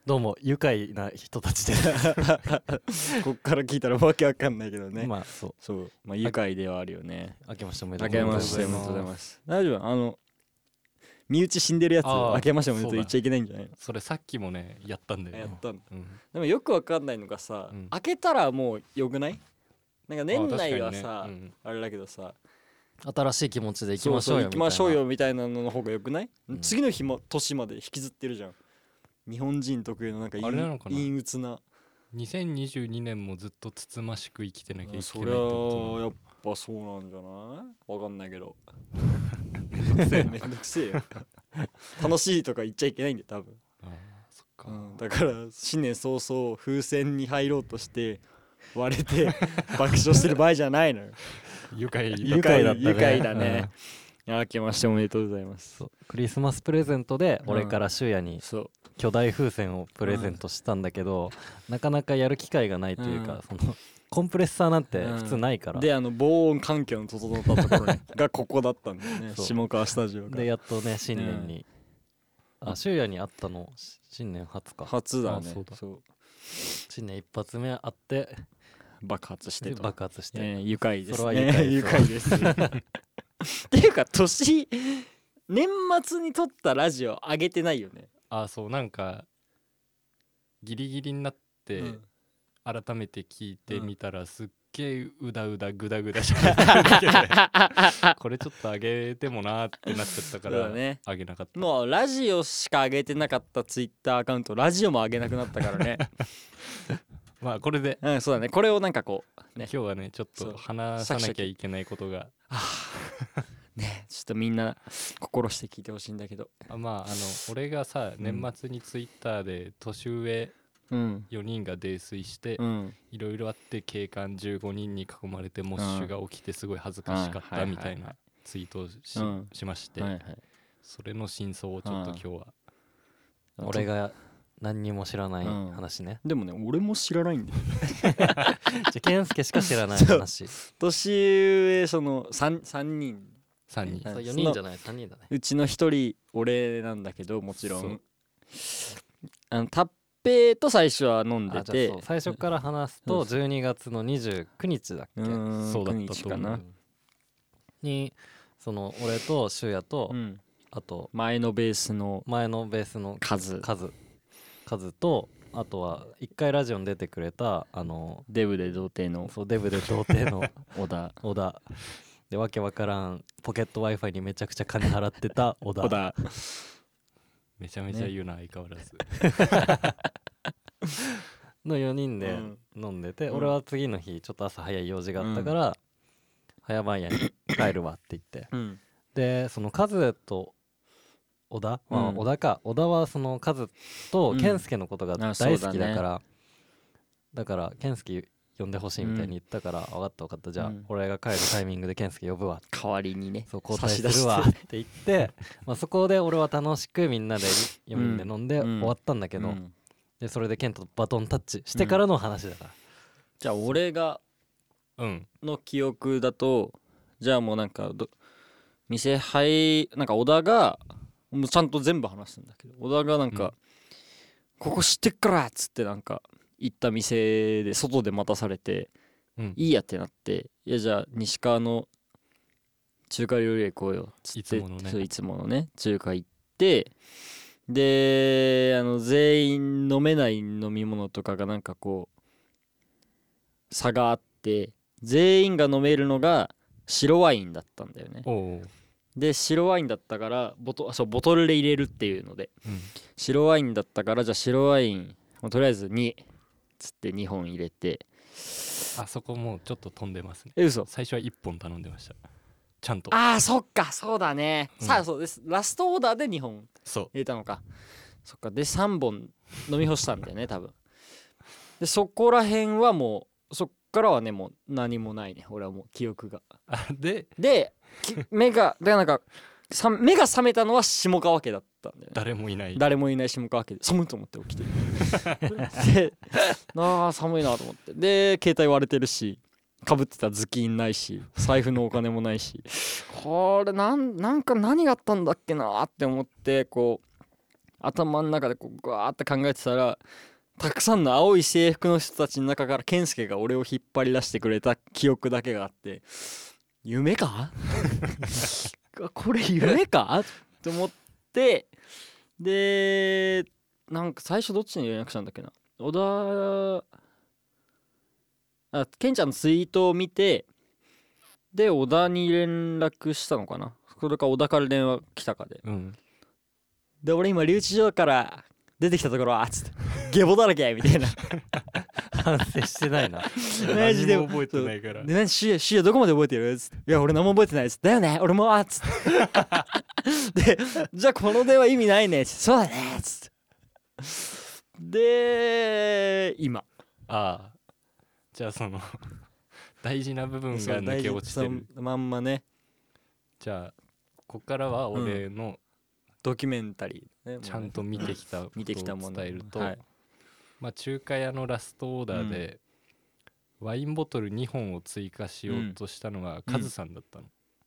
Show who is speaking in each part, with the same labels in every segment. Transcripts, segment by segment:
Speaker 1: どうも愉快な人たちです
Speaker 2: こっから聞いたらわけわかんないけどね。
Speaker 1: まあそう
Speaker 2: そう、まあ愉快ではあるよね。
Speaker 1: 明けましておめで
Speaker 2: 明
Speaker 1: とうございます。
Speaker 2: けましておめでとうございます。大丈夫？身内死んでるやつ
Speaker 1: あー
Speaker 2: 明けましておめでとう言っちゃいけないんじゃないの？
Speaker 1: それさっきもねやったんだよね。
Speaker 2: やったの。
Speaker 1: うん
Speaker 2: でもよくわかんないのがさ、
Speaker 1: うん
Speaker 2: 開けたらもうよくない？なんか年内は
Speaker 1: あ
Speaker 2: さ、
Speaker 1: 確かにね
Speaker 2: あれだけどさ、
Speaker 1: 新しい気持ちで行き
Speaker 2: そうそう
Speaker 1: ましょうよ
Speaker 2: 行きましょうよみたいなのの方がよくない？
Speaker 1: うん
Speaker 2: 次の日も年まで引きずってるじゃん。日本人特有のなんか
Speaker 1: あれなのかな
Speaker 2: 陰鬱な。
Speaker 1: 2022年もずっとつつましく生きてなきゃいけないって
Speaker 2: そり
Speaker 1: こ
Speaker 2: ゃやっぱそうなんじゃないわかんないけど
Speaker 1: となのめんどくせえ
Speaker 2: めんどくせえよ楽しいとか言っちゃいけないんだよ多分、
Speaker 1: あーそっか、
Speaker 2: だから新年早々風船に入ろうとして割れて爆笑してる場合じゃないのよ。
Speaker 1: 愉快
Speaker 2: 愉快だったね愉快だ
Speaker 1: うん
Speaker 2: ね。明けましておめでとうございます。
Speaker 1: そうクリスマスプレゼントで
Speaker 2: うん
Speaker 1: 俺からシュウヤに
Speaker 2: そう
Speaker 1: 巨大風船をプレゼントしたんだけど、なかなかやる機会がないというか、そのコンプレッサーなんて普通ないから、
Speaker 2: で防音環境の整ったところ、ね、がここだったんだよね
Speaker 1: そう
Speaker 2: 下川スタジオが
Speaker 1: でやっとね新年に、シュウヤに会ったの新年初か
Speaker 2: 初だね。
Speaker 1: あそうだ
Speaker 2: そう
Speaker 1: 新年一発目会って
Speaker 2: 爆発して
Speaker 1: で
Speaker 2: と、
Speaker 1: 爆発して、
Speaker 2: 愉快です
Speaker 1: それは愉快です
Speaker 2: 愉快ですっていうか年末に撮ったラジオ上げてないよね。
Speaker 1: あそうなんかギリギリになって、
Speaker 2: うん
Speaker 1: 改めて聞いてみたら、すっげえうだうだぐだぐだしゃべってるだけでこれちょっと上げてもなーってなっちゃったから、
Speaker 2: そうだね
Speaker 1: 上げなかった。
Speaker 2: もうラジオしか上げてなかったツイッターアカウントラジオも上げなくなったからね
Speaker 1: まあこれで
Speaker 2: そうだねこれをなんかこうね
Speaker 1: 今日はねちょっ
Speaker 2: そう
Speaker 1: と話さなきゃいけないことが
Speaker 2: ねちょっとみんな心して聞いてほしいんだけど
Speaker 1: まあ俺がさ年末にツイッターで年上
Speaker 2: うん
Speaker 1: 4人が泥酔して
Speaker 2: うん
Speaker 1: いろいろあって警官15人に囲まれてモッシュが起きてすごい恥ずかしかったみたいなツイートをしまして、
Speaker 2: はいはい
Speaker 1: それの真相をちょっと今日は
Speaker 2: 俺
Speaker 1: 俺が何にも知らない話ね、
Speaker 2: でもね俺も知らないんだよ
Speaker 1: じゃあ健介しか知らない話
Speaker 2: 年上その3人
Speaker 1: 3人
Speaker 2: はい
Speaker 1: 4人じゃない3人だね
Speaker 2: うちの1人俺なんだけどもちろ
Speaker 1: そうん
Speaker 2: タッペイと最初は飲んで
Speaker 1: あじゃあ
Speaker 2: て
Speaker 1: そう最初から話すと12月の29日だっけそうだった
Speaker 2: 9日かな
Speaker 1: と思うにその俺とシュウヤと、
Speaker 2: うん
Speaker 1: あと
Speaker 2: 前のベースの
Speaker 1: 前のベースの
Speaker 2: カズ
Speaker 1: とあとは一回ラジオに出てくれた
Speaker 2: デブで童貞の
Speaker 1: そうデブで童貞の
Speaker 2: 小田
Speaker 1: 小田でわけわからんポケット Wi-Fi にめちゃくちゃ金払ってた小田めちゃめちゃ言うな、相変わらずの4人で飲んでて、俺は次の日ちょっと朝早い用事があったから、早番屋に帰るわって言ってでそのカズと小田、小田はそのカズと健介のことが大好きだから、だから健介呼んでほしいみたいに言ったから、分かったじゃあ、俺が帰るタイミングで健介呼ぶわ
Speaker 2: 代わりにね
Speaker 1: そう交代するわって言ってそこで俺は楽しくみんなで4人で飲んで終わったんだけど、でそれでケンとバトンタッチしてからの話だから、
Speaker 2: じゃあ俺がの記憶だとじゃあもうなんか店入なんか小田がもうちゃんと全部話すんだけど小田がなんか、ここ知ってっからっつってなんか行った店で外で待たされて、いいやってなって、いやじゃあ西川の中華料理屋行こうよっつって、いつものね中華行って、で全員飲めない飲み物とかがなんかこう差があって、全員が飲めるのが白ワインだったんだよね。で白ワインだったからボトルで入れるっていうので、白ワインだったからじゃあ白ワインとりあえず2つって2本入れて、
Speaker 1: あそこもうちょっと飛んでますね。
Speaker 2: 嘘。
Speaker 1: 最初は1本頼んでましたちゃんと。
Speaker 2: そっかそうだね、さあそうです、ラストオーダーで2本入れたのか。そっかで3本飲み干したんだよね多分。でそこら辺はもうそっからはねもう何もないね俺はもう記憶が。で目が覚めたのは下川家だったんだよね。誰もいない下川家で寒いと思って起きてで寒いなと思って、で携帯割れてるしかぶってた頭巾ないし財布のお金もないし、これなんか何があったんだっけなって思ってこう頭の中でこうグワーって考えてたら、たくさんの青い制服の人たちの中から健介が俺を引っ張り出してくれた記憶だけがあって、夢かこれ夢かと思って、でなんか最初どっちに連絡したんだっけな、ケンちゃんのツイートを見て、で小田に連絡したのかな、それか小田から電話来たかで、で俺今留置場から出てきたところはつってゲボだらけみたいな
Speaker 1: 反省してないな
Speaker 2: マジで
Speaker 1: 何も覚えてないから。
Speaker 2: で何シュヤどこまで覚えてるつって、いや俺何も覚えてないっつって、だよね俺もつってでじゃあこの電話意味ないねっつって、そうだねっつってで今
Speaker 1: じゃあその大事な部分が抜け落ちてる
Speaker 2: まんまね。
Speaker 1: じゃあこっからは俺の、
Speaker 2: ドキュメンタリ
Speaker 1: ー、ちゃんと見てきたことを伝えると、まあ中華屋のラストオーダーで、ワインボトル2本を追加しようとしたのがカズさんだったの。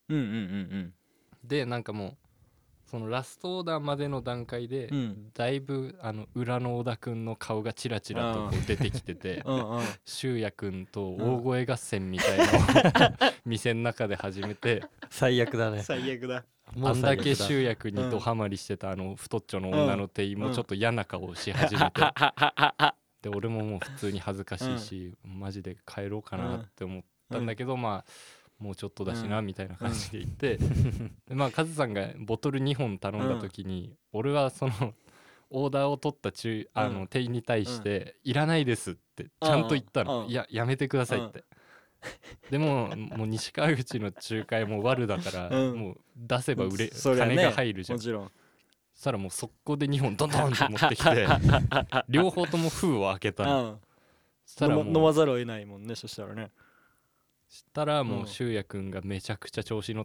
Speaker 1: でなんかもうそのラストオーダーまでの段階で、だいぶ裏の小田くんの顔がチラチラとこう出てきてて修也くんと大声合戦みたいなのを店の中で始めて
Speaker 2: 最悪だね。最悪だ。
Speaker 1: あんだけ修也くんにドハマりしてた太っちょの女の店員もちょっと嫌な顔をし始めて、で俺ももう普通に恥ずかしいし、マジで帰ろうかなって思ったんだけど、まあもうちょっとだしなみたいな感じで言って、でまあカズさんがボトル2本頼んだ時に、俺はそのオーダーを取った店員に対していらないですってちゃんと言ったの。いややめてくださいって。でも西川口の仲介も悪だから、もう出せば金が入るじゃん。もちろん。そしたらもう速攻で2本ドンドンって持ってきて両方とも封を開けたの。そしたらもう
Speaker 2: 飲まざるを得ないもんね。そしたらね。
Speaker 1: したらもう修也くんがめちゃくちゃ調子乗って、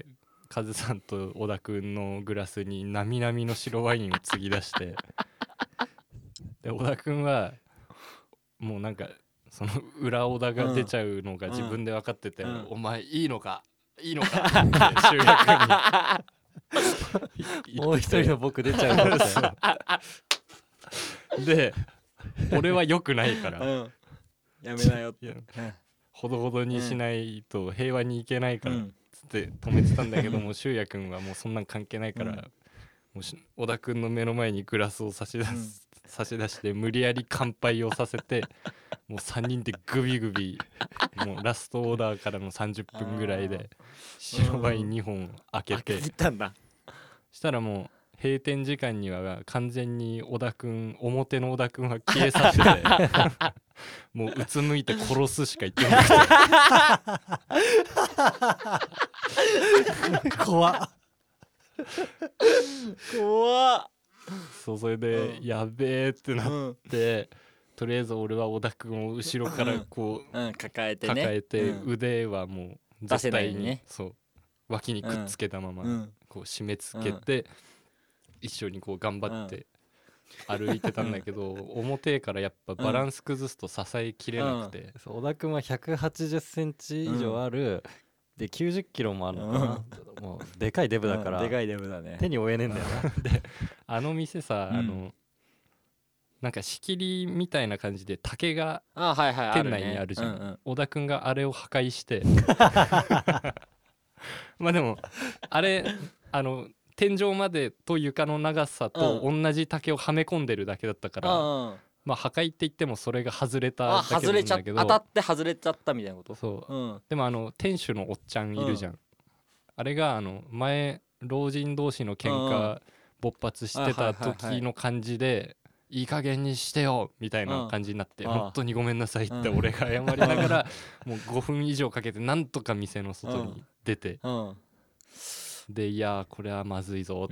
Speaker 1: カズさんと小田くんのグラスになみなみの白ワインを継ぎ出してで小田くんはもうなんかその裏小田が出ちゃうのが自分で分かってて、お前いいのかって修也くんにもう一人の僕出ちゃうのってで俺は良くないから、
Speaker 2: やめなよって
Speaker 1: ほどほどにしないと平和にいけないからつって止めてたんだけども、修也くんはもうそんなん関係ないから、もう小田くんの目の前にグラスを差し出して無理やり乾杯をさせてもう3人でグビグビもうラストオーダーからの30分ぐらいで白ワイン2本開けてしたらもう閉店時間には完全に表の小田くんは消えさせてもううつむいて殺すしか言ってなくて
Speaker 2: 怖っ
Speaker 1: そうそれでやべえってなって、とりあえず俺は小田くんを後ろからこう
Speaker 2: 抱えて
Speaker 1: 腕はもう絶対にそう脇にくっつけたままこう締め付けて一緒にこう頑張って歩いてたんだけど、表からやっぱバランス崩すと支えきれなくて、
Speaker 2: 小田君は180センチ以上ある、で90キロもあるのかな、もうでかいデブだから、
Speaker 1: でかいデブだね、
Speaker 2: 手に負えねえんだよな
Speaker 1: で店さ、なんか仕切りみたいな感じで竹が店内にあるじゃん。小田君があれを破壊してまあでもあれ天井までと床の長さと同じ竹をはめ込んでるだけだったから、まあ破壊って言ってもそれが外れただけなんだけど、
Speaker 2: 当たって外れちゃったみたいなこと。
Speaker 1: そう、でも店主のおっちゃんいるじゃん、あれが前老人同士の喧嘩勃発してた時の感じで、いい加減にしてよみたいな感じになって、本当にごめんなさいって俺が謝りながらもう5分以上かけてなんとか店の外に出て、でいやこれはまずいぞって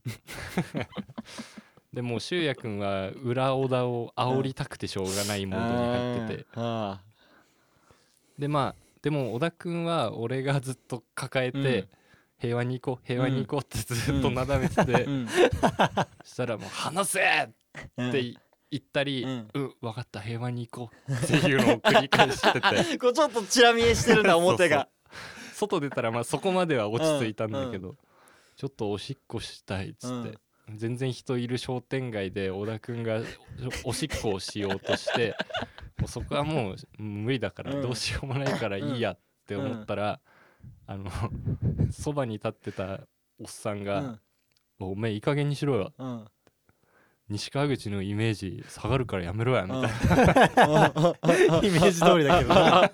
Speaker 1: でもう修也くんは裏小田を煽りたくてしょうがないモードに入ってて、でまあでも小田くんは俺がずっと抱えて、平和に行こう平和に行こうってずっとなだめてて、そしたらもう離せって言ったり、分かった平和に行こうっていうのを繰り返してて
Speaker 2: こうちょっとチラ見えしてるな表が
Speaker 1: 外出たらまあそこまでは落ち着いたんだけど、ちょっとおしっこしたいっつって、 全然人いる商店街で小田くんがおしっこをしようとしてもうそこはもう無理だからどうしようもないからいいやって思ったら、そばに立ってたおっさんが、お前いい加減にしろよ、西川口のイメージ下がるからやめろやみたいな、イ
Speaker 3: メージ通りだけどな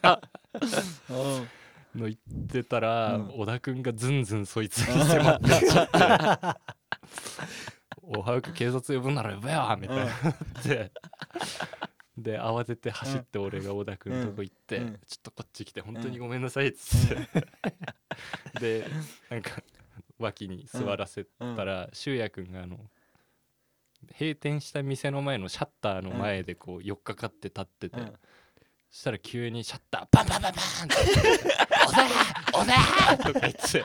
Speaker 1: の言ってたら、小田くんがずんずんそいつに迫ってっちゃってお早く警察呼ぶなら呼べよみたいなってで慌てて走って俺が小田くんのとこ行って、ちょっとこっち来て本当にごめんなさいっつってでなんか脇に座らせたら修也くんが閉店した店の前のシャッターの前でこう寄っかかって立ってて、そしたら急にシャッターバンバンバンバンっておだーおだーとか言って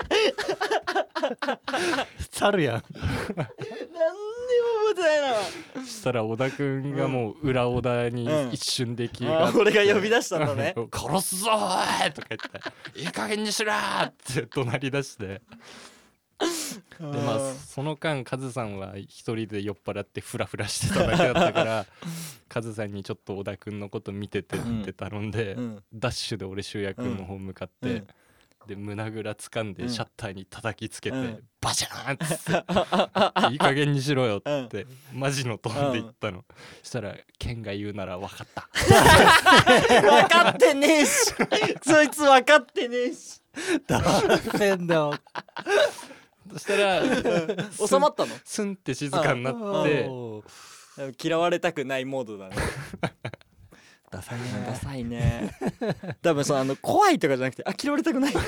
Speaker 3: 猿やん
Speaker 2: なんでも覚えてないな。
Speaker 1: そしたら小田くんがもう裏小田に一瞬で気が、
Speaker 2: 俺が呼び出したんだね
Speaker 1: 殺すぞーいとか言っていい加減にしろーって怒鳴り出してでまあその間カズさんは一人で酔っ払ってフラフラしてただけだったからカズさんにちょっと小田くんのこと見ててって頼んで、ダッシュで俺修也くんの方向かって、で胸ぐら掴んでシャッターに叩きつけて、バシャーンっつっていい加減にしろよって、マジのトーンで言ったの、したらケンが言うなら分かった
Speaker 2: 分かってねえしそいつ分かってねえし
Speaker 3: 誰せんだよ
Speaker 1: そしたら
Speaker 2: 収まったの。
Speaker 1: スンって静かになって
Speaker 2: 嫌われたくないモードだね
Speaker 3: ダサいね
Speaker 2: ダサいね多分怖いとかじゃなくて嫌われたくないって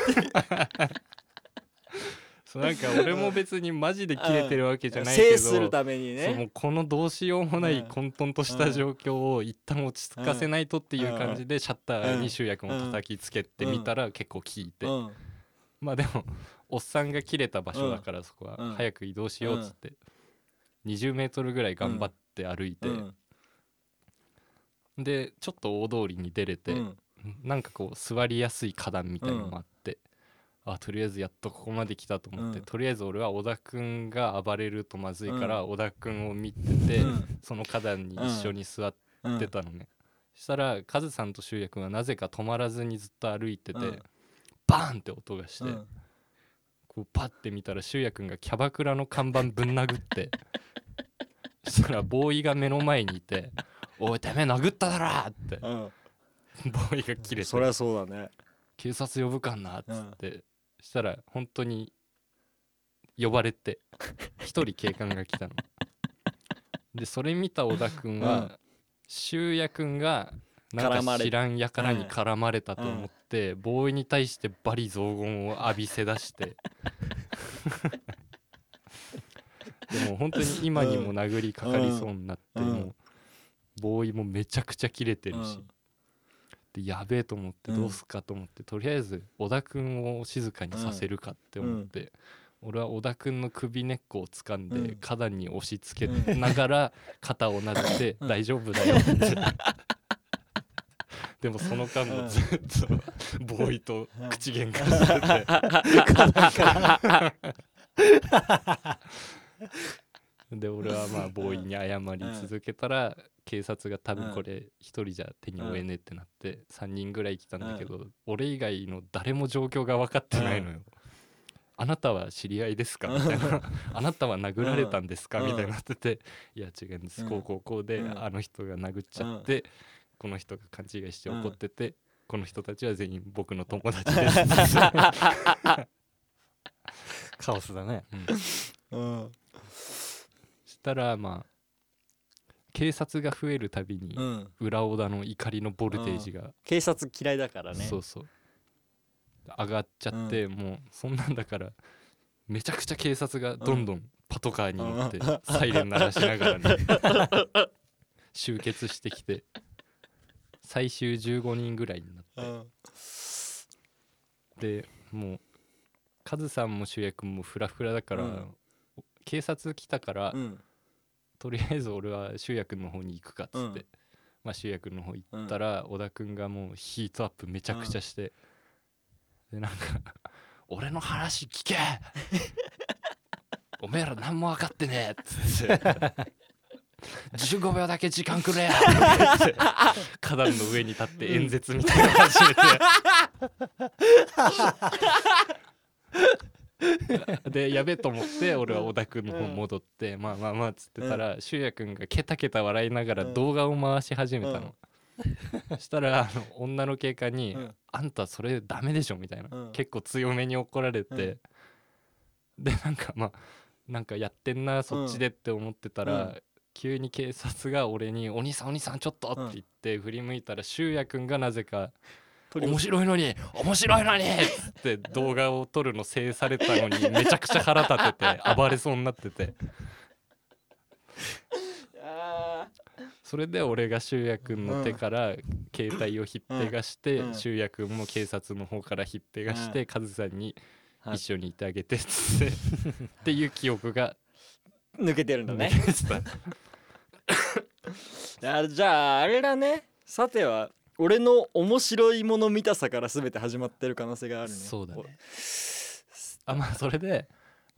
Speaker 1: そうなんか俺も別にマジでキレてるわけじゃないけど、
Speaker 2: 制するために
Speaker 1: そうも
Speaker 2: ね
Speaker 1: うこのどうしようもない混沌とした状況を一旦落ち着かせないとっていう感じでシャッターに修也くんを叩きつけてみたら結構効いて、まあでもおっさんが切れた場所だからそこは早く移動しようっつって20メートルぐらい頑張って歩いて、でちょっと大通りに出れて、なんかこう座りやすい花壇みたいなのもあって、とりあえずやっとここまで来たと思って、とりあえず俺は小田くんが暴れるとまずいから、小田くんを見てて、その花壇に一緒に座ってたのね、そしたらカズさんと修也くんはなぜか止まらずにずっと歩いてて、バーンって音がして、こうパッて見たら修也くんがキャバクラの看板ぶん殴ってそしたらボーイが目の前にいておいてめえ殴っただろって、ボーイが切れて
Speaker 2: そりゃそうだね
Speaker 1: 警察呼ぶかなっつって、したら本当に呼ばれて一人警官が来たのでそれ見た小田くんは、修也くんがなんか知らんやからに絡まれたと思って、ボーイに対してバリ雑言を浴びせ出してでも本当に今にも殴りかかりそうになって、もうボーイもめちゃくちゃキレてるし、でやべえと思ってどうすかと思って、とりあえず小田くんを静かにさせるかって思って、俺は小田くんの首根っこを掴んで花壇に押し付けながら肩をなでて大丈夫だよってでもその間もずっとボーイと口喧嘩しててで俺はまあボーイに謝り続けたら、警察が多分これ一人じゃ手に負えねえってなって3人ぐらい来たんだけど、俺以外の誰も状況が分かってないのよ。あなたは知り合いですかみたいなあなたは殴られたんですかみたいになってて、いや違うんです、こうであの人が殴っちゃってこの人が勘違いして怒ってて、この人たちは全員僕の友達です
Speaker 3: カオスだね。
Speaker 1: したらまあ警察が増えるたびに裏小田の怒りのボルテージが、
Speaker 2: 警察嫌いだからね。
Speaker 1: そうそう上がっちゃって、もうそんなんだからめちゃくちゃ警察がどんどんパトカーに乗ってサイレン鳴らしながらね集結してきて最終15人ぐらいになって、でもうカズさんも修也君もフラフラだから、警察来たから、とりあえず俺は修也君の方に行くかっつって、まあ修也君の方行ったら、小田君がもうヒートアップめちゃくちゃして、でなんか俺の話聞けおめえら何も分かってねえっつって15秒だけ時間くれやって花壇の上に立って演説みたいなの始めてでやべえと思って俺は小田君の方戻ってまあまあまあっつってたら修也君がケタケタ笑いながら動画を回し始めたの。そしたら女の警官にあんたそれダメでしょみたいな結構強めに怒られてでなんかやってんなそっちでって思ってたら急に警察が俺にお兄さんちょっとって言って振り向いたら修也くんがなぜか面白いのにって動画を撮るの制されたのにめちゃくちゃ腹立てて暴れそうになっててそれで俺が修也くんの手から携帯をひっぺがして修也くんも警察の方からひっぺがしてカズさんに一緒にいてあげてっていう記憶が
Speaker 2: 抜けてるんだねじゃああれだね、さては俺の面白いもの見たさから全て始まってる可能性があるね。
Speaker 1: そうだね。まあそれで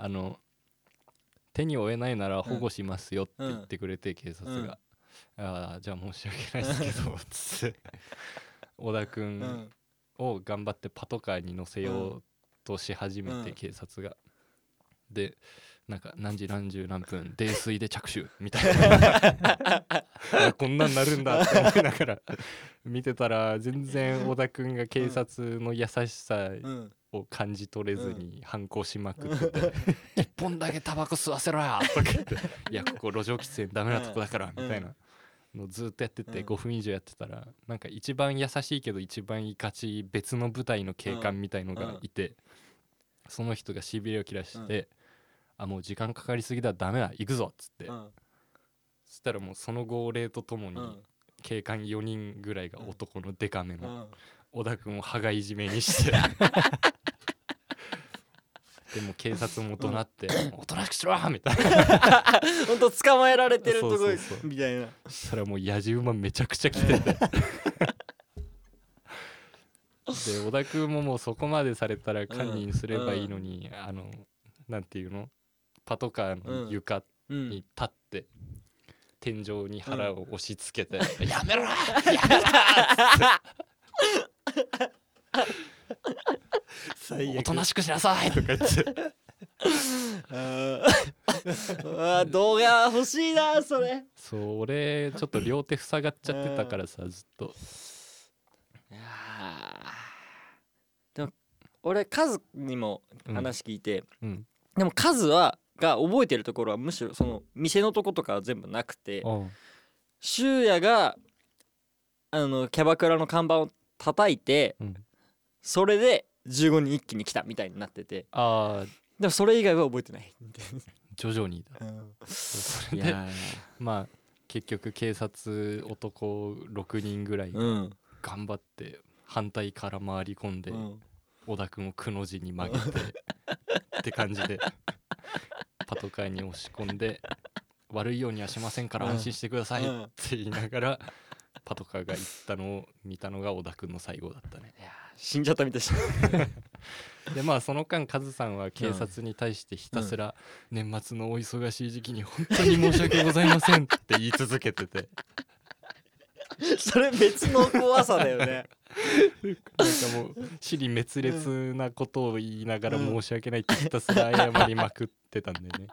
Speaker 1: 手に負えないなら保護しますよって言ってくれて警察が、じゃあ申し訳ないですけどつって小田くんを頑張ってパトカーに乗せようとし始めて警察がでなんか何時何十何分泥酔で着手みたいなこんなんなるんだって思いながら見てたら全然小田くんが警察の優しさを感じ取れずに反抗しまくってて「一本だけタバコ吸わせろよ」とか言って「いやここ路上喫煙ダメなとこだから」みたいなのずっとやってて5分以上やってたらなんか一番優しいけど一番いかちい別の部隊の警官みたいのがいてその人がしびれを切らしてもう時間かかりすぎだダメだ行くぞっつって、そしたらもうその号令とともに警官4人ぐらいが男のデカめの小田君を羽がいじめにしてでも警察も怒鳴っておとなしくしろみたいな
Speaker 2: ほんと捕まえられてるとこみたいな。
Speaker 1: そしたらもうやじ馬めちゃくちゃ来ててで小田君ももうそこまでされたら堪忍すればいいのになんていうのパトカーの床に立って天井に腹を押し付けてやめろやめろおとなしくしなさいとか言って
Speaker 2: 動画欲しいなそれ。
Speaker 1: そう俺ちょっと両手塞がっちゃってたからさずっと
Speaker 2: でも俺カズにも話聞いて、でもカズが覚えてるところはむしろその店のとことかは全部なくて修也がキャバクラの看板を叩いて、それで15人一気に来たみたいになっててでもそれ以外は覚えてない
Speaker 1: 徐々にだ、それでまあ結局警察男6人ぐらい頑張って反対から回り込んで、小田君をくの字に曲げてって感じでパトカーに押し込んで悪いようにはしませんから安心してくださいって言いながらパトカーが行ったのを見たのが小田君の最後だったね。
Speaker 2: いや死んじゃったみたい
Speaker 1: でまあその間カズさんは警察に対してひたすら年末のお忙しい時期に本当に申し訳ございませんって言い続けてて
Speaker 2: それ別の怖さだよね
Speaker 1: なんかもう尻滅裂なことを言いながら申し訳ないってひたすら謝りまくってたんだよね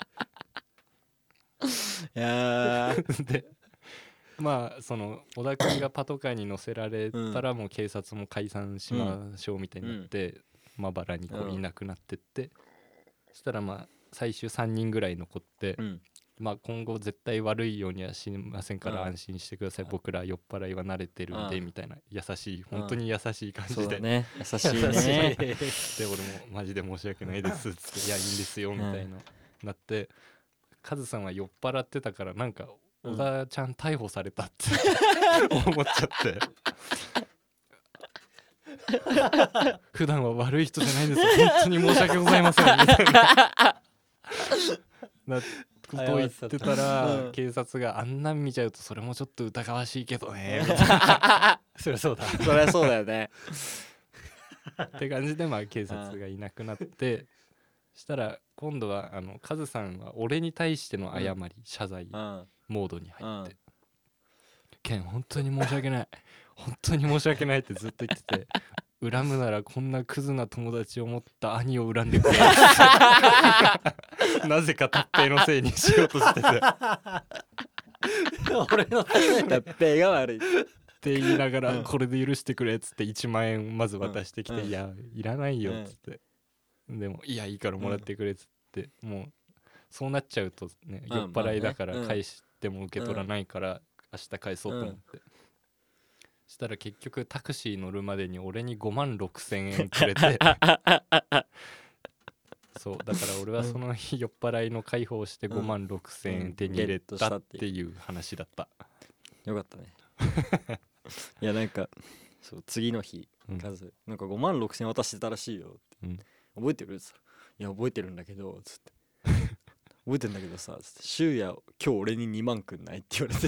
Speaker 2: いや
Speaker 1: でまあその小田君がパトカーに乗せられたらもう警察も解散しましょうみたいになってまばらにこういなくなってってそしたらまあ最終3人ぐらい残ってまあ今後絶対悪いようにはしませんから安心してください僕ら酔っ払いは慣れてるんでみたいな優しい本当に優しい感じで
Speaker 2: ね優しいね
Speaker 1: で俺もマジで申し訳ないですっつっていやいいんですよみたいななってカズさんは酔っ払ってたからなんか小田ちゃん逮捕されたって思っちゃって普段は悪い人じゃないんですよ本当に申し訳ございませんみたいなことを言ってたら警察があんなん見ちゃうとそれもちょっと疑わしいけどねみたいな
Speaker 3: そりゃそうだ
Speaker 2: そりゃそうだよね
Speaker 1: って感じでまあ警察がいなくなってしたら今度はカズさんは俺に対しての謝り、謝罪モードに入って、ケン本当に申し訳ない本当に申し訳ないってずっと言ってて、恨むならこんなクズな友達を持った兄を恨んでくれなぜか達平のせいにしようとしてて
Speaker 3: 俺のせい
Speaker 2: タッペイが悪い
Speaker 1: って言いながら、これで許してくれっつって1万円まず渡してきて、いやいらないよっつって、でもいやいいからもらってくれっつって、もうそうなっちゃうとね、酔っ払いだから返しても受け取らないから、明日返そうと思って、したら結局タクシー乗るまでに俺に5万6千円くれてそうだから俺はその日酔っ払いの解放して5万6千円手に入れたっていう話だった。
Speaker 2: よかったねいやなんかそう次の日カズなんか5万6千円渡してたらしいよって、覚えてるって言ったら、いや覚えてるんだけどつって覚えてんだけどさつって、シュウヤ今日俺に2万くんないって言われて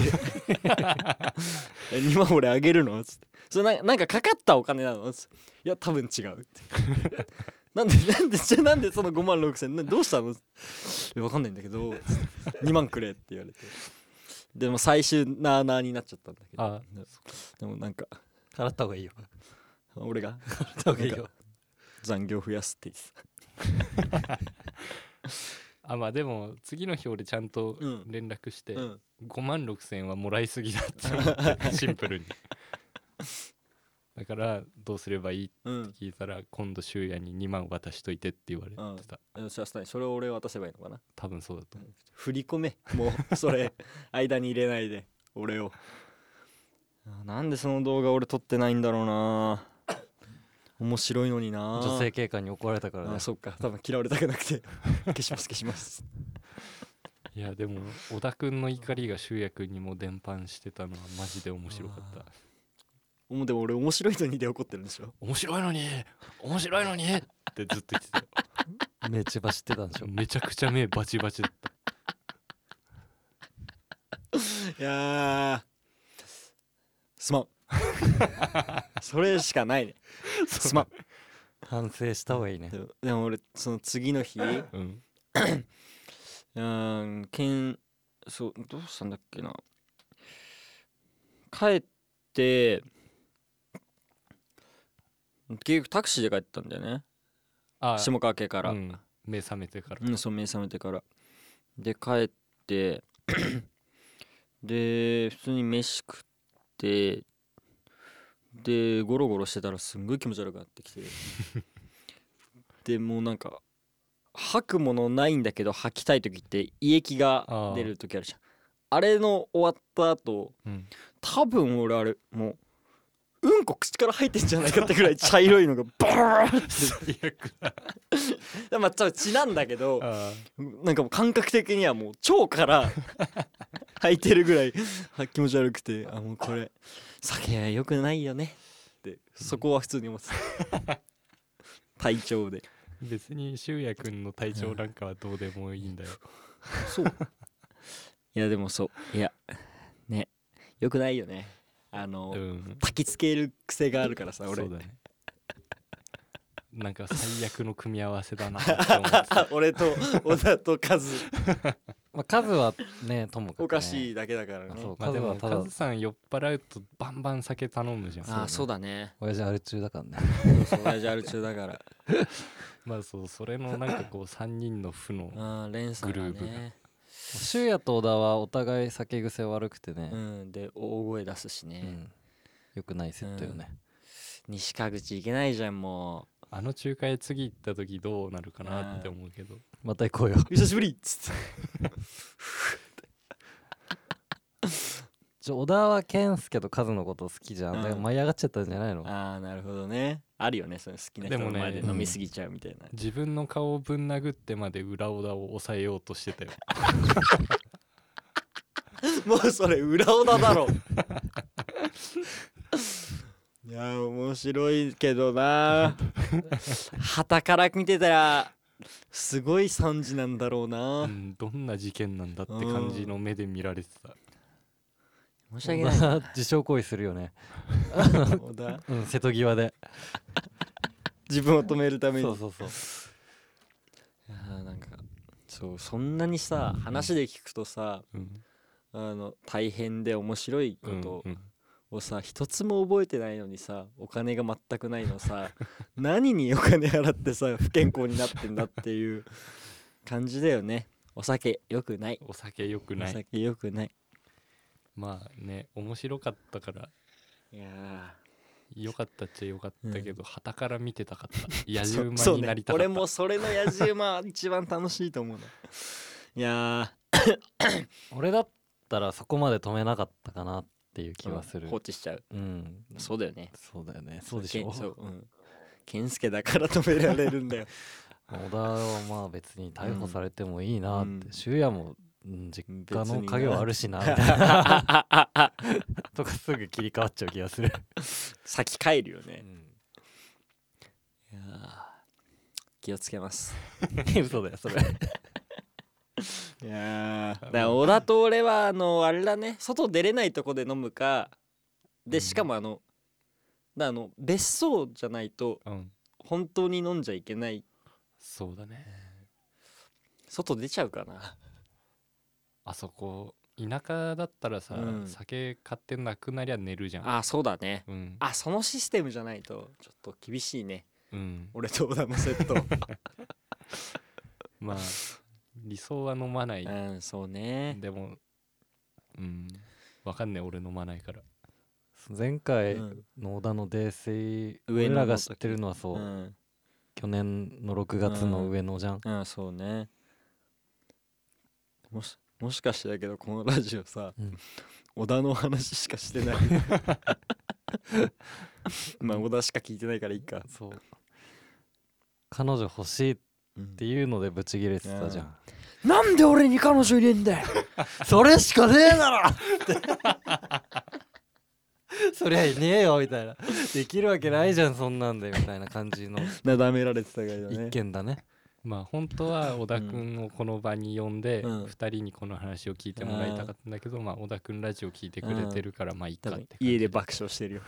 Speaker 2: 2万俺あげるのつって、それなんかかかったお金なのつって、いや多分違うってなんでその5万6千円どうしたの分かんないんだけど2万くれって言われて、でも最終なーなーになっちゃったんだけど、でもなんか
Speaker 3: 払った方がいいよ
Speaker 2: 俺が
Speaker 3: 払った方がいいよ
Speaker 2: 残業増やすって言ってた
Speaker 1: あまあでも次の日俺ちゃんと連絡して、5万6千円はもらいすぎだって思ってシンプルにだからどうすればいいって聞いたら、今度シュウヤに2万渡しといてって言われてた。
Speaker 2: それを俺渡せばいいのかな。
Speaker 1: 多分そうだと思う。
Speaker 2: 振り込めもうそれ間に入れないで俺を。なんでその動画俺撮ってないんだろうな。面白いのにな。
Speaker 3: 女性警官に怒られたからね。
Speaker 2: あ、そっか、多分嫌われたくなくて消します
Speaker 1: いやでも小田くんの怒りがシュウヤくんにも伝播してたのはマジで面白かった。
Speaker 2: でも俺面白いのにで怒ってるんでしょ。
Speaker 1: 面白いのにってずっと言ってたよ
Speaker 3: 目血走ってたんでしょ。
Speaker 1: めちゃくちゃ目バチバチだった
Speaker 2: いやすまんそれしかないね。すまん。
Speaker 3: 反省した方がいいね。
Speaker 2: でも俺その次の日そうどうしたんだっけな、帰って結局タクシーで帰ったんだよね。下川家から、
Speaker 1: 目覚めてから、
Speaker 2: そう目覚めてからで帰ってで普通に飯食ってでゴロゴロしてたらすんごい気持ち悪くなってきてでもうなんか吐くものないんだけど吐きたい時って胃液が出る時あるじゃん。あれの終わった後、多分俺あれもううんこ口から入ってんじゃないかってぐらい茶色いのがバーってまあちょっと血なんだけどなんかもう感覚的にはもう腸から入ってるぐらい気持ち悪くて、もうこれ酒は良くないよねってそこは普通に思ってた体調で。
Speaker 1: 別にシュウヤくんの体調なんかはどうでもいいんだよ
Speaker 2: そういやでもそういやね良くないよね。焚きつける癖があるからさ俺。
Speaker 1: そうだねなんか最悪の組み合わせだなって思って
Speaker 2: 俺と小田とカズ
Speaker 3: まあカズはねともかくね
Speaker 2: おかしいだけだからね。
Speaker 3: そう
Speaker 1: まあでもカズさん酔っ払うとバンバン酒頼むじゃん。
Speaker 2: そうだね。
Speaker 3: 親父ある中だからね
Speaker 2: 親父ある中だから
Speaker 1: まあそうそれのなんかこう3人の負の
Speaker 2: 連鎖
Speaker 1: グループが
Speaker 3: シュウヤと小田はお互い酒癖悪くてね、
Speaker 2: で大声出すしね、
Speaker 3: よくないセットよね、
Speaker 2: 西川口行けないじゃんもう。
Speaker 1: 中華へ次行った時どうなるかなって思うけど、
Speaker 3: また行こうよ
Speaker 2: 久しぶりっつって
Speaker 3: 小田は健介とカズのこと好きじゃん、だから舞い上がっちゃったんじゃないの。
Speaker 2: なるほどね。あるよねその好きな人の前で飲みすぎちゃうみたいな、
Speaker 1: 自分の顔をぶん殴ってまで裏小田を抑えようとしてたよ
Speaker 2: もうそれ裏小田だろいや面白いけどな旗から見てたらすごい惨事なんだろうな、
Speaker 1: どんな事件なんだって感じの目で見られてた。
Speaker 2: 申し訳ない
Speaker 3: 自傷行為するよね
Speaker 2: 小田、
Speaker 3: 瀬戸際で
Speaker 2: 自分を止めるために。
Speaker 3: そう
Speaker 2: そうそんなにさ話で聞くとさ、大変で面白いことをさ一つも覚えてないのにさお金が全くないのさ何にお金払ってさ不健康になってんだっていう感じだよね。お酒良くない。
Speaker 1: お酒良くない。
Speaker 2: お酒良くない。
Speaker 1: まあね面白かったから
Speaker 2: いや
Speaker 1: 良かったっちゃ良かったけど、傍から見てたかった。野じ馬
Speaker 2: そう
Speaker 1: になりたかった。
Speaker 2: 俺もそれの野じ馬一番楽しいと思うの。いや
Speaker 1: 俺だったらそこまで止めなかったかなっていう気はする。
Speaker 2: 放置しちゃう。そうだよね。
Speaker 1: そうだよね。そうでしょ。
Speaker 2: そう、健介だから止められるんだよ。
Speaker 1: 小田はまあ別に逮捕されてもいいなって、柊也も実家の家業あるしなみたいなとかすぐ切り替わっちゃう気がする。
Speaker 2: 先帰るよね。いや気をつけます。
Speaker 1: 嘘だよそれ。
Speaker 2: いやだから小田と俺はあれだね、外出れないとこで飲むかで、しかも別荘じゃないと本当に飲んじゃいけない。
Speaker 1: そうだね。
Speaker 2: 外出ちゃうかな
Speaker 1: あそこ。田舎だったらさ、酒買ってなくなりゃ寝るじゃん。
Speaker 2: あ、そうだね、
Speaker 1: あ
Speaker 2: そのシステムじゃないとちょっと厳しいね。俺と小田のセット。
Speaker 1: まあ理想は飲まない。
Speaker 2: そうね。
Speaker 1: でもわかんねえ俺飲まないから。前回の小田の泥酔、俺らが知ってるのはそう、去年の6月の上野じゃん。
Speaker 2: そうね。もしかしてだけどこのラジオさ、小田の話しかしてない。まあ小田しか聞いてないからいいか。
Speaker 1: そう、彼女欲しいっていうのでブチギレてたじゃん。
Speaker 2: なんで俺に彼女いねえんだよ。
Speaker 1: それしかねえだろそりゃいねえよみたいな、できるわけないじゃんそんなんでみたいな感じの
Speaker 2: なだめられてたからね。
Speaker 1: 一件だね。まあ本当は小田くんをこの場に呼んで2人にこの話を聞いてもらいたかったんだけど、まあ小田くんラジオ聞いてくれてるからまあいいかって。
Speaker 2: 家で爆笑してるよ。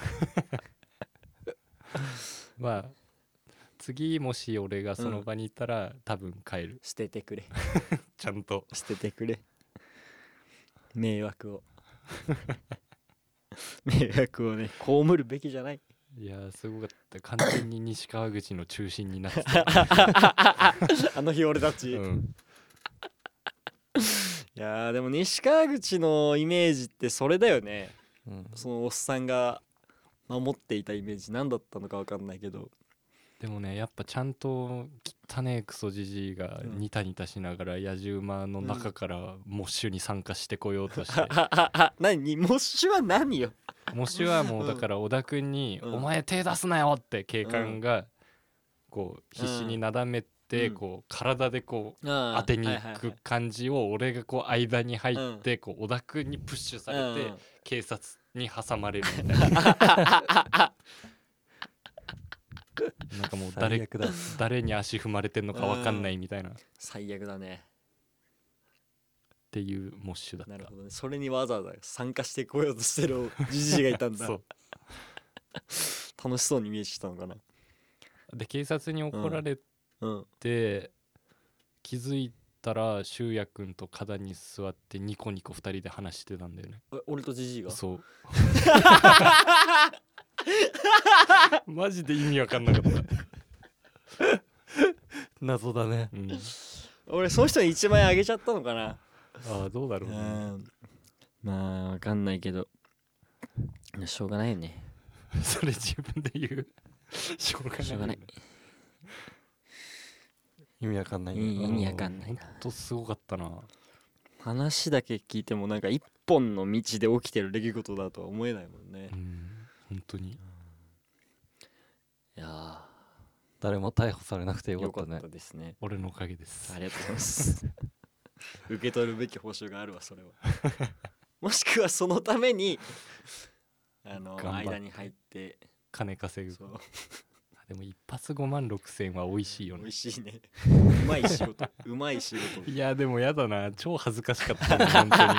Speaker 1: まあ次もし俺がその場にいたら多分帰る。
Speaker 2: 捨ててくれ。
Speaker 1: ちゃんと
Speaker 2: 捨ててくれ。迷惑を迷惑をね被るべきじゃない。
Speaker 1: いやすごかった。完全に西川口の中心になってた。
Speaker 2: あの日俺たち、いやでも西川口のイメージってそれだよね、そのおっさんが守っていたイメージ何だったのか分かんないけど、
Speaker 1: でもねやっぱちゃんと汚ねえクソじじいがニタニタしながら野じ馬の中からモッシュに参加してこようとして、
Speaker 2: 何モッシュは何よ。
Speaker 1: モッシュはもうだから小田くんにお前手出すなよって警官がこう必死になだめてこう体でこう当てに行く感じを俺がこう間に入ってこう小田くんにプッシュされて警察に挟まれるみたいな。なんかもう誰に足踏まれてんのか分かんないみたいな。
Speaker 2: 最悪だね
Speaker 1: っていうモッシュだった。
Speaker 2: なるほどね。それにわざわざ参加してこようとしてるじじいがいたんだ。そう楽しそうにイメージしたのかな。
Speaker 1: で警察に怒られて、気づいたら柊也くんと肩に座ってニコニコ2人で話してたんだよね。
Speaker 2: 俺とじじいが。
Speaker 1: そうマジで意味わかんなかった。謎だね。
Speaker 2: 俺その人に1万円あげちゃったのかな。
Speaker 1: ああどうだろうね。
Speaker 2: まあわかんないけどしょうがないよね。
Speaker 1: それ自分で言う。しょうがない。意味わかんない。
Speaker 2: 意味わかんない。
Speaker 1: ほんとすごかったな。
Speaker 2: 話だけ聞いてもなんか一本の道で起きてる出来事だとは思えないもんね。
Speaker 1: 本当に。
Speaker 2: いや
Speaker 1: 誰も逮捕されなくてよかったね。
Speaker 2: よかったですね。
Speaker 1: 俺のおかげです。
Speaker 2: ありがとうございます受け取るべき報酬があるわそれは。もしくはそのために間に入って
Speaker 1: 金稼ぐ。でも一発5万6千は美味しいよね。
Speaker 2: 美味しいね。うまい仕事うまい仕事。
Speaker 1: いやでもやだな、超恥ずかしかったね本当に。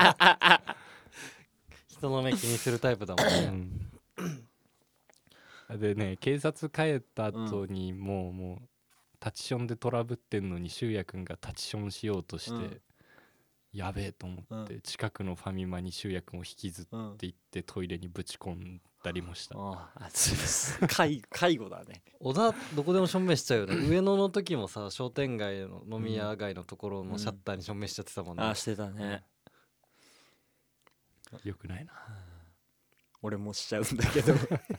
Speaker 1: 人の目気にするタイプだもんね。でね警察帰った後にもうタチションでトラブってんのに修也くんがタチションしようとして、
Speaker 2: うん
Speaker 1: やべえと思って、近くのファミマに修也くんを引きずって行ってトイレにぶち込んだりもした。
Speaker 2: 介護だね。
Speaker 1: 小田どこでもしょんべんしちゃうよね。上野の時もさ、商店街の飲み屋街のところのシャッターにしょんべんしちゃってたもんね。
Speaker 2: あ、してたね。
Speaker 1: よくないな。
Speaker 2: 俺もしちゃうんだけどい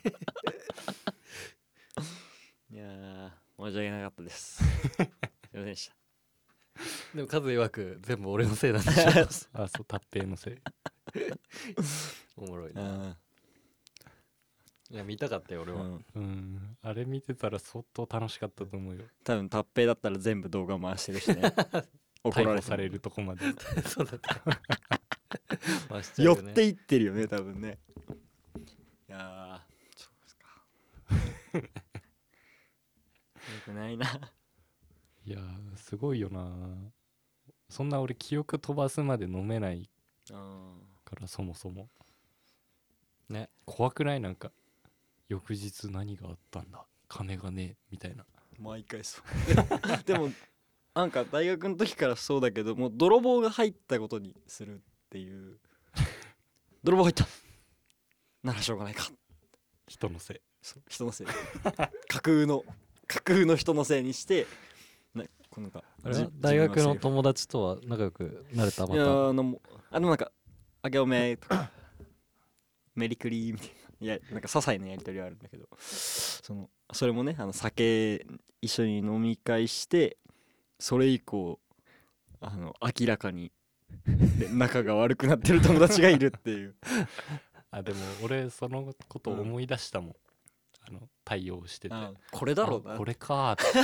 Speaker 2: やー、申し訳なかったですすいませんでした。
Speaker 1: でもカズ曰く全部俺のせいなんでしょあ、そう、達平のせい。おもろいな。いや見たかったよ俺は。あれ見てたら相当楽しかったと思うよ。
Speaker 2: 多分達平だったら全部動画回してるしね怒られ
Speaker 1: されるとこまで
Speaker 2: そうだった寄っていってるよね多分ね。いやー、そうですかよくないな。
Speaker 1: いやー、すごいよな。そんな俺記憶飛ばすまで飲めないからそもそもね。怖くない？なんか翌日何があったんだ、金がねえみたいな。
Speaker 2: 毎回そうでもなんか大学の時からそうだけど、もう泥棒が入ったことにするっていう泥棒入ったならしょうがないか、
Speaker 1: 人のせい。
Speaker 2: そう人のせい架空の人のせいにしてなんか
Speaker 1: 大学の友達とは仲良くなれた？また。いや
Speaker 2: なんかあげおめとかメリクリみたいな、いやなんか些細なやり取りはあるんだけど、それもね、酒一緒に飲み会して、それ以降明らかに仲が悪くなってる友達がいるっていう
Speaker 1: あ、でも俺そのこと思い出したもん、対応してて、
Speaker 2: これだろうな、
Speaker 1: これかーって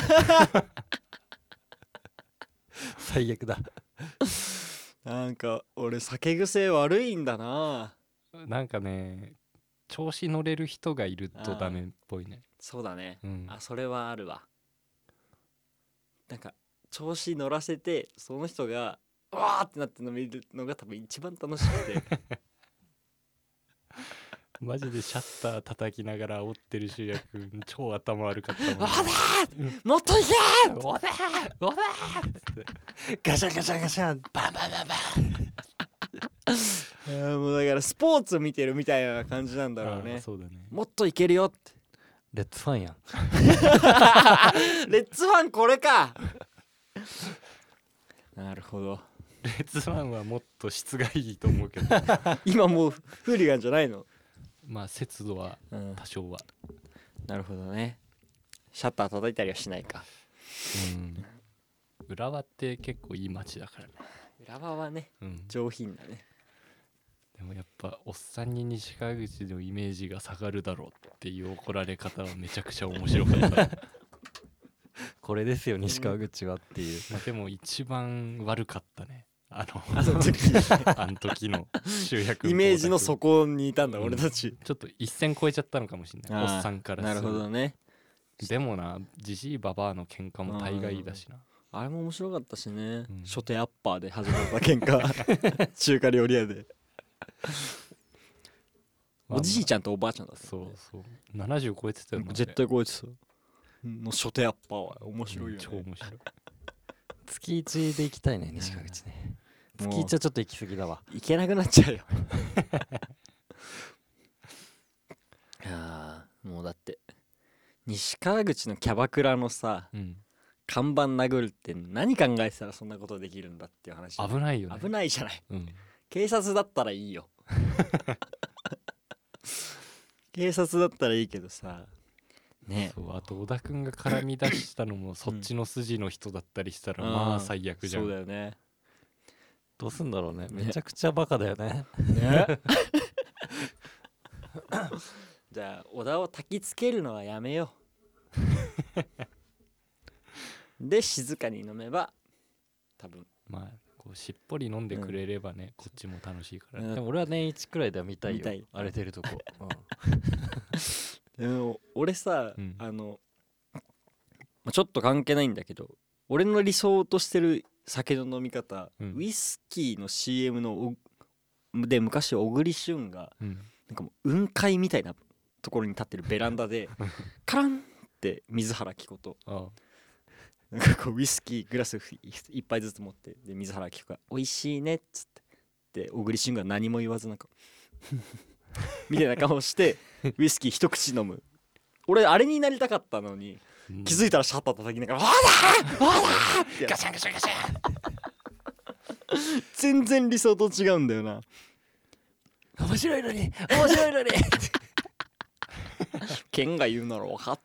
Speaker 1: 最悪だ
Speaker 2: なんか俺酒癖悪いんだな。
Speaker 1: なんかね、調子乗れる人がいるとダメっぽいね。
Speaker 2: そうだね、それはあるわ。なんか調子乗らせてその人がわーってなってるの見るのが多分一番楽しくて
Speaker 1: マジでシャッター叩きながら煽ってる主役超頭悪かったもん、ね、
Speaker 2: もっといけー
Speaker 1: おだーおだーって
Speaker 3: ガシャガシャガシャンバンバンバンバン
Speaker 2: もうだからスポーツ見てるみたいな感じなんだろうね。
Speaker 1: そうだね。
Speaker 2: もっといけるよって
Speaker 1: レッツファンやん
Speaker 2: レッツファンこれかなるほど。
Speaker 1: レッツファンはもっと質がいいと思うけど
Speaker 2: 今もうフーリガンじゃないの？
Speaker 1: まあ節度は多少は、
Speaker 2: なるほどね。シャッター叩いたりはしないか。
Speaker 1: 浦和って結構いい街だからね。
Speaker 2: 浦和はね、上品だね。
Speaker 1: でもやっぱおっさんに西川口のイメージが下がるだろうっていう怒られ方はめちゃくちゃ面白かったこれですよ西川口はっていう、でも一番悪かったね、あの時の集約
Speaker 2: イメージの底にいたんだ、俺たち。
Speaker 1: ちょっと一線超えちゃったのかもしれない、おっさんから
Speaker 2: する。なるほどね。
Speaker 1: でもな、ジジイババアの喧嘩も大概だしな。
Speaker 2: あれも面白かったしね、初手アッパーで始まった喧嘩中華料理屋でおじいちゃんとおばあちゃんだった、ね、
Speaker 1: そうそう、70超えてたよね。
Speaker 2: 絶対超えてたの初手アッパーは面白いよね、
Speaker 1: 超面白い月1で行きたいね、西川口ね。月1はちょっと行き過ぎだわ。
Speaker 2: 行けなくなっちゃうよもうだって西川口のキャバクラのさ、看板殴るって何考えてたらそんなことできるんだっていう話。
Speaker 1: 危ないよね。
Speaker 2: 危ないじゃない、警察だったらいいよ警察だったらいいけどさね。
Speaker 1: そう、あと小田君が絡み出したのもそっちの筋の人だったりしたらまあ最悪じゃん。
Speaker 2: そうだよね。
Speaker 1: どうすんだろうね。めちゃくちゃバカだよね。
Speaker 2: じゃあ小田を焚きつけるのはやめようで静かに飲めば多分
Speaker 1: まあこうしっぽり飲んでくれればね、こっちも楽しいから、でも俺は年1くらいでは見たいよ、荒れてるとこ
Speaker 2: でも俺さ、ちょっと関係ないんだけど、俺の理想としてる酒の飲み方、ウイスキーの CM ので昔小栗旬が、なんかもう雲海みたいなところに立ってるベランダでカランって水原希子となんかこうウイスキーグラス一杯ずつ持って、で水原希子が美味しいねっつって、で小栗旬が何も言わずなんかみたいな顔してウイスキー一口飲む。俺あれになりたかったのに、気づいたらシャッター叩きながら「わだわだ!」ってガシャンガシャンガシャン全然理想と違うんだよな。
Speaker 1: 面白いのに面白いのに
Speaker 2: ケンが言うなら分かった。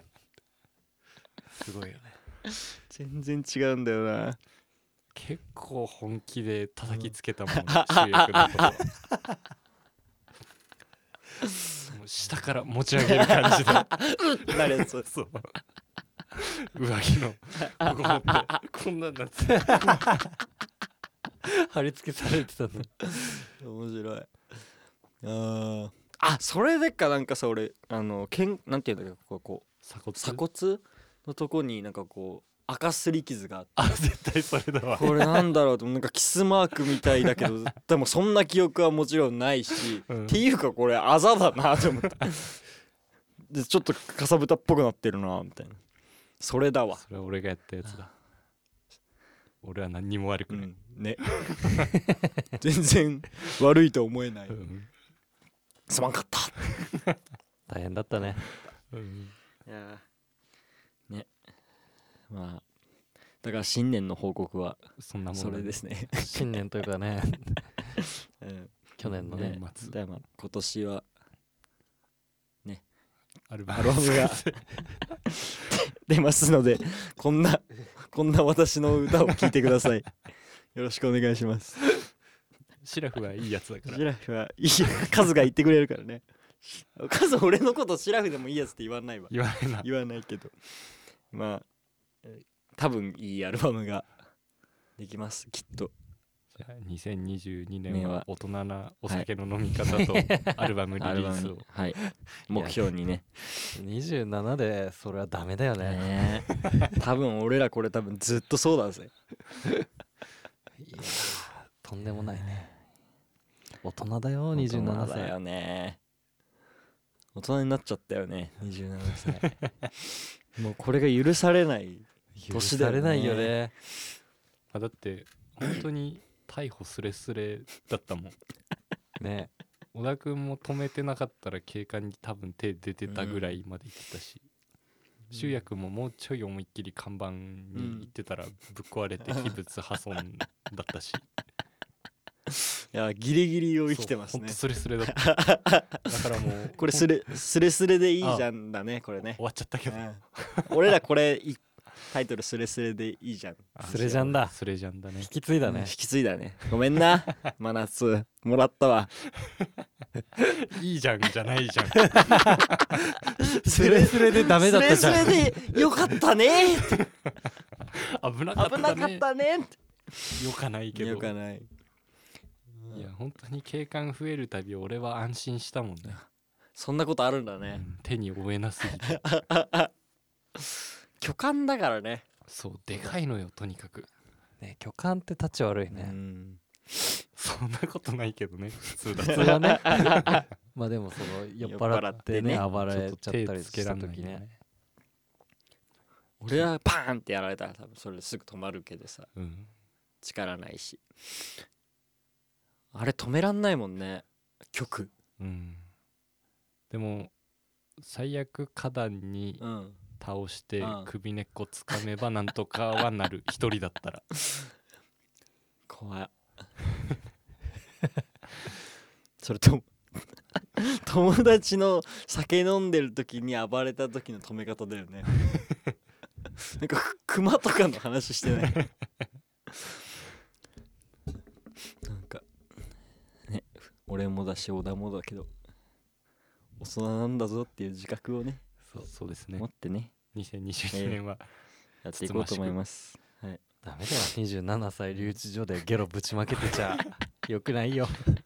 Speaker 1: すごいよね。
Speaker 2: 全然違うんだよな。
Speaker 1: 結構本気で叩きつけたもん、ね、主役のこともう下から持ち上げる感じで
Speaker 2: なるやつ。
Speaker 1: そう上着のここ持ってこんなんなって貼り付けされてたの。
Speaker 2: 面白い。あ、それでかなんかさ、俺なんていうんだっけ、こう鎖骨のとこになんかこう赤すり傷があって、
Speaker 1: あ、絶対それだわ。
Speaker 2: これなんだろうと、なんかキスマークみたいだけどでもそんな記憶はもちろんないし、っていうかこれあざだなと思ってでちょっとかさぶたっぽくなってるなみたいな。それだわ。
Speaker 1: それは俺がやったやつだ。俺は何にも悪くない、
Speaker 2: ね全然悪いと思えない、すまんかった
Speaker 1: 大変だったね、
Speaker 2: いやね、まあだから新年の報告は
Speaker 1: そんなもん
Speaker 2: それですね。
Speaker 1: 新年というかね、去年の年末、
Speaker 2: でまあ今年はね
Speaker 1: アルバ
Speaker 2: ムが出ますので、こんな私の歌を聴いてください。よろしくお願いします。
Speaker 1: シラフはいいやつだから。
Speaker 2: シラフはいい、カズが言ってくれるからね。カズ俺のことシラフでもいいやつって言わないわ。
Speaker 1: 言わないな。
Speaker 2: 言わないけど、まあ多分いいアルバムができますきっと。
Speaker 1: じゃあ2022年は大人なお酒の飲み方とアルバムリリースを、
Speaker 2: はい、目標にね。
Speaker 1: 27でそれはダメだよね。
Speaker 2: 多分俺らこれ多分ずっとそうだぜ。
Speaker 1: いやとんでもないね。大人だよ27歳。
Speaker 2: 大人だよね。大人になっちゃったよね27歳。もうこれが許されない年だよね。
Speaker 1: 許されないよね。だって本当に逮捕スレスレだったもんね。小田君も止めてなかったら警官に多分手出てたぐらいまで行ってたし、修也君ももうちょい思いっきり看板に行ってたらぶっ壊れて器物破損だったし、
Speaker 2: いやギリギリを生きてますね。
Speaker 1: ほんとスレスレだっただからもう
Speaker 2: これスレスレでいいじゃんだねこれね。
Speaker 1: 終わっちゃったけど、
Speaker 2: 俺らこれタイトルスレスレでいいじゃん。
Speaker 1: スレジャンだ。スレジャンだね。引き継いだね、
Speaker 2: 引き継いだね。ごめんな真夏もらったわ。
Speaker 1: いいじゃんじゃないじゃん
Speaker 3: スレスレでダメだったじゃん。
Speaker 2: スレスレでよかったね
Speaker 1: 危なかったね
Speaker 2: よ
Speaker 1: かないけど。
Speaker 2: よかない。
Speaker 1: いや本当に警官増えるたび俺は安心したもんね。
Speaker 2: そんなことあるんだね、
Speaker 1: 手に負えなすぎて
Speaker 2: 巨漢だからね。
Speaker 1: そうでかいのよとにかくね。巨漢って立ち悪いね。そんなことないけどね普通だ。普通はねまあでもその酔っ払ってね暴れちゃったりした時ね。
Speaker 2: 俺はパーンってやられたら多分それですぐ止まるけどさ、力ないしあれ止めらんないもんね曲。
Speaker 1: でも最悪花壇に倒して首根っこつかめばなんとかはなる一人だったら。
Speaker 2: 怖いそれと友達の酒飲んでる時に暴れた時の止め方だよねなんか熊とかの話してないなんかね、俺もだし小田もだけど大人なんだぞっていう自覚をね、
Speaker 1: そうですね、
Speaker 2: 持ってね
Speaker 1: 2022年は、
Speaker 2: やっていこうと思います。はい、
Speaker 1: ダメだよ27歳留置所でゲロぶちまけてちゃよくないよ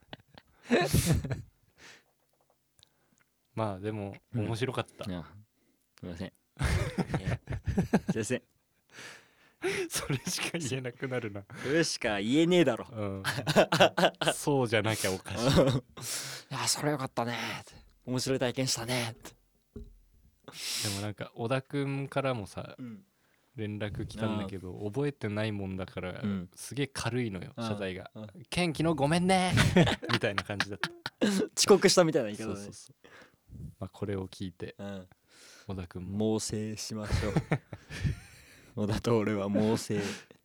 Speaker 1: まあでも面白かった、
Speaker 2: すみませんすいません
Speaker 1: それしか言えなくなるな。
Speaker 2: それしか言えねえだろ、
Speaker 1: そうじゃなきゃおかしい
Speaker 2: いやそれよかったね面白い体験したね
Speaker 1: でもなんか小田くんからもさ、 連絡来たんだけど覚えてないもんだから、すげえ軽いのよ謝罪が。ケン昨日ごめんねみたいな感じだった。
Speaker 2: 遅刻したみたいな言い方で、
Speaker 1: まあこれを聞いて、小田君も
Speaker 2: 猛省しましょう小田と俺は猛省。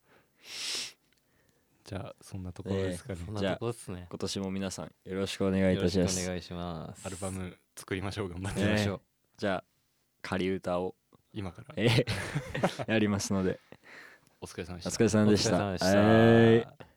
Speaker 1: じゃあそんなところですかね。
Speaker 2: じゃあ今年も皆さんよろしくお願いいたします。
Speaker 1: よろしくお願いします。アルバム作りましょう。頑張ってみましょう。
Speaker 2: じゃあ仮歌を
Speaker 1: 今から
Speaker 2: やりますので
Speaker 1: お疲れ様でした。
Speaker 2: お疲れ様でした。